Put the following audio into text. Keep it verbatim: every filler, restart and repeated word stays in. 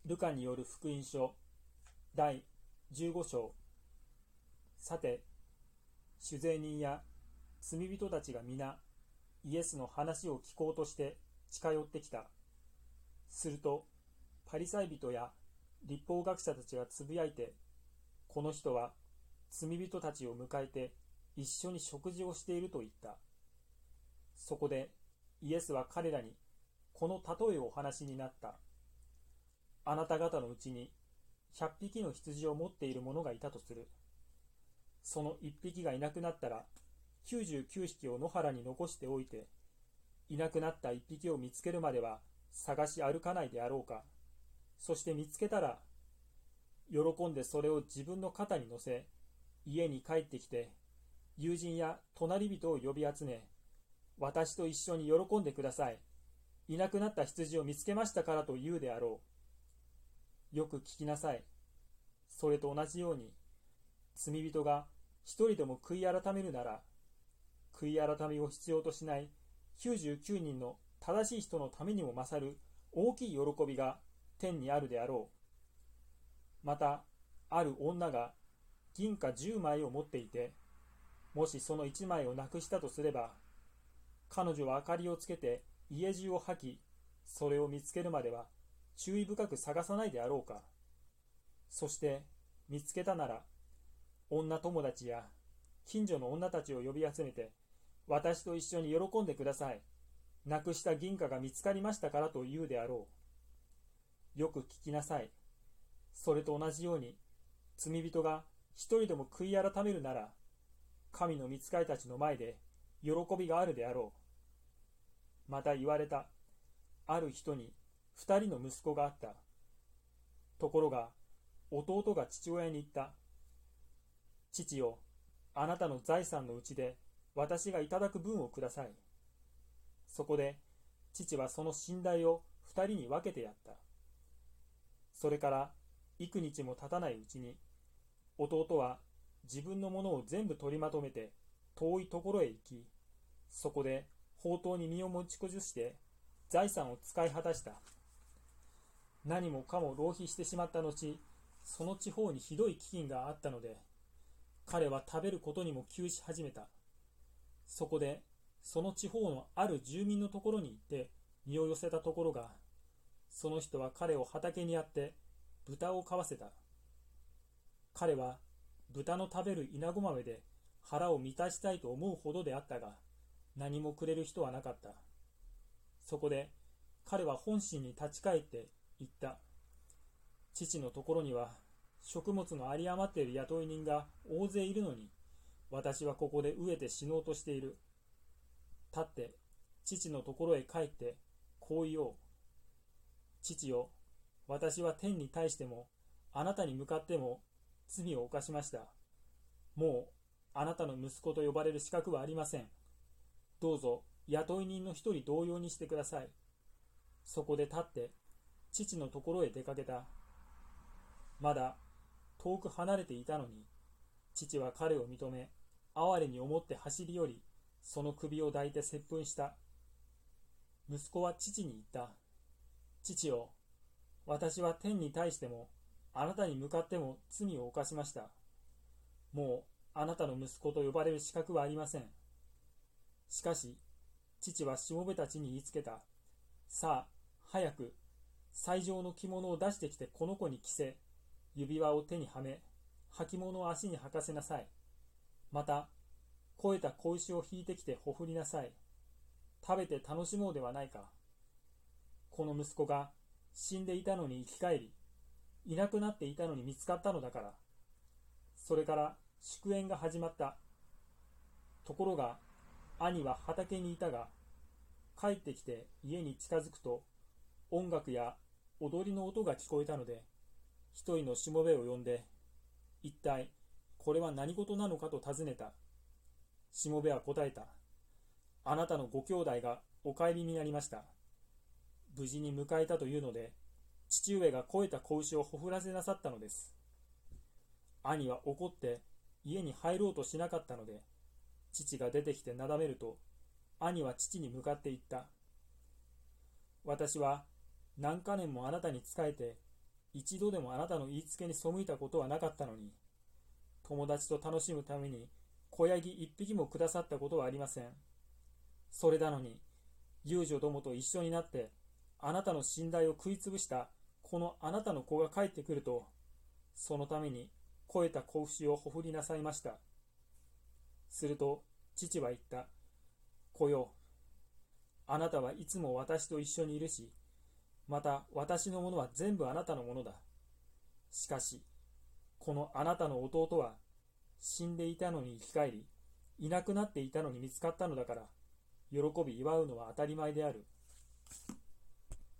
ルカによる福音書だいじゅうご章。さて、酒税人や罪人たちが皆イエスの話を聞こうとして近寄ってきた。するとパリサイ人や律法学者たちがつぶやいて、この人は罪人たちを迎えて一緒に食事をしていると言った。そこでイエスは彼らにこの例えをお話になった。あなた方のうちに百匹の羊を持っている者がいたとする。その一匹がいなくなったら、九十九匹を野原に残しておいて、いなくなった一匹を見つけるまでは探し歩かないであろうか。そして見つけたら、喜んでそれを自分の肩に乗せ、家に帰ってきて、友人や隣人を呼び集め、私と一緒に喜んでください。いなくなった羊を見つけましたからと言うであろう。よく聞きなさい。それと同じように、罪人が一人でも悔い改めるなら、悔い改めを必要としないきゅうじゅうきゅうにんの正しい人のためにも勝る大きい喜びが天にあるであろう。また、ある女が銀貨じゅうまいを持っていて、もしそのいちまいをなくしたとすれば、彼女は明かりをつけて家中を吐き、それを見つけるまでは注意深く探さないであろうか。そして見つけたなら、女友達や近所の女たちを呼び集めて、私と一緒に喜んでください。なくした銀貨が見つかりましたからと言うであろう。よく聞きなさい。それと同じように、罪人が一人でも悔い改めるなら、神の御使いたちの前で喜びがあるであろう。また言われた。ある人に二人の息子があった。ところが、弟が父親に言った。父よ、あなたの財産のうちで私がいただく分をください。そこで、父はその寝台を二人に分けてやった。それから幾日も経たないうちに、弟は自分のものを全部取りまとめて遠いところへ行き、そこで放蕩に身を持ち崩して財産を使い果たした。何もかも浪費してしまった後、その地方にひどい飢饉があったので、彼は食べることにも窮し始めた。そこでその地方のある住民のところに行って身を寄せたところが、その人は彼を畑にやって豚を飼わせた。彼は豚の食べる稲子豆で腹を満たしたいと思うほどであったが、何もくれる人はなかった。そこで彼は本心に立ち返って言った。父のところには食物の有り余っている雇い人が大勢いるのに、私はここで飢えて死のうとしている。立って父のところへ帰ってこう言おう。父よ、私は天に対してもあなたに向かっても罪を犯しました。もうあなたの息子と呼ばれる資格はありません。どうぞ雇い人の一人同様にしてください。そこで立って父のところへ出かけた。まだ遠く離れていたのに、父は彼を認め、哀れに思って走り寄り、その首を抱いて接吻した。息子は父に言った。父よ、私は天に対しても、あなたに向かっても罪を犯しました。もうあなたの息子と呼ばれる資格はありません。しかし、父はしもべたちに言いつけた。さあ、早く、最上の着物を出してきてこの子に着せ、指輪を手にはめ、履物を足に履かせなさい。また、肥えた子牛を引いてきてほふりなさい。食べて楽しもうではないか。この息子が死んでいたのに生き返り、いなくなっていたのに見つかったのだから。それから祝宴が始まった。ところが、兄は畑にいたが、帰ってきて家に近づくと、音楽や踊りの音が聞こえたので、一人のしもべを呼んで、一体これは何事なのかと尋ねた。しもべは答えた。あなたのご兄弟がお帰りになりました。無事に迎えたというので、父上が肥えた子牛をほふらせなさったのです。兄は怒って家に入ろうとしなかったので、父が出てきてなだめると、兄は父に向かって言った。私は何か年もあなたに仕えて、 一度でもあなたの言いつけに背いたことはなかったのに、友達と楽しむために子ヤギ一匹もくださったことはありません。それなのに、遊女どもと一緒になって、あなたの信頼を食いつぶしたこのあなたの子が帰ってくると、そのために肥えた子牛をほふりなさいました。すると父は言った。子よ、あなたはいつも私と一緒にいるし、また私のものは全部あなたのものだ。しかし、このあなたの弟は死んでいたのに生き返り、いなくなっていたのに見つかったのだから、喜び祝うのは当たり前である。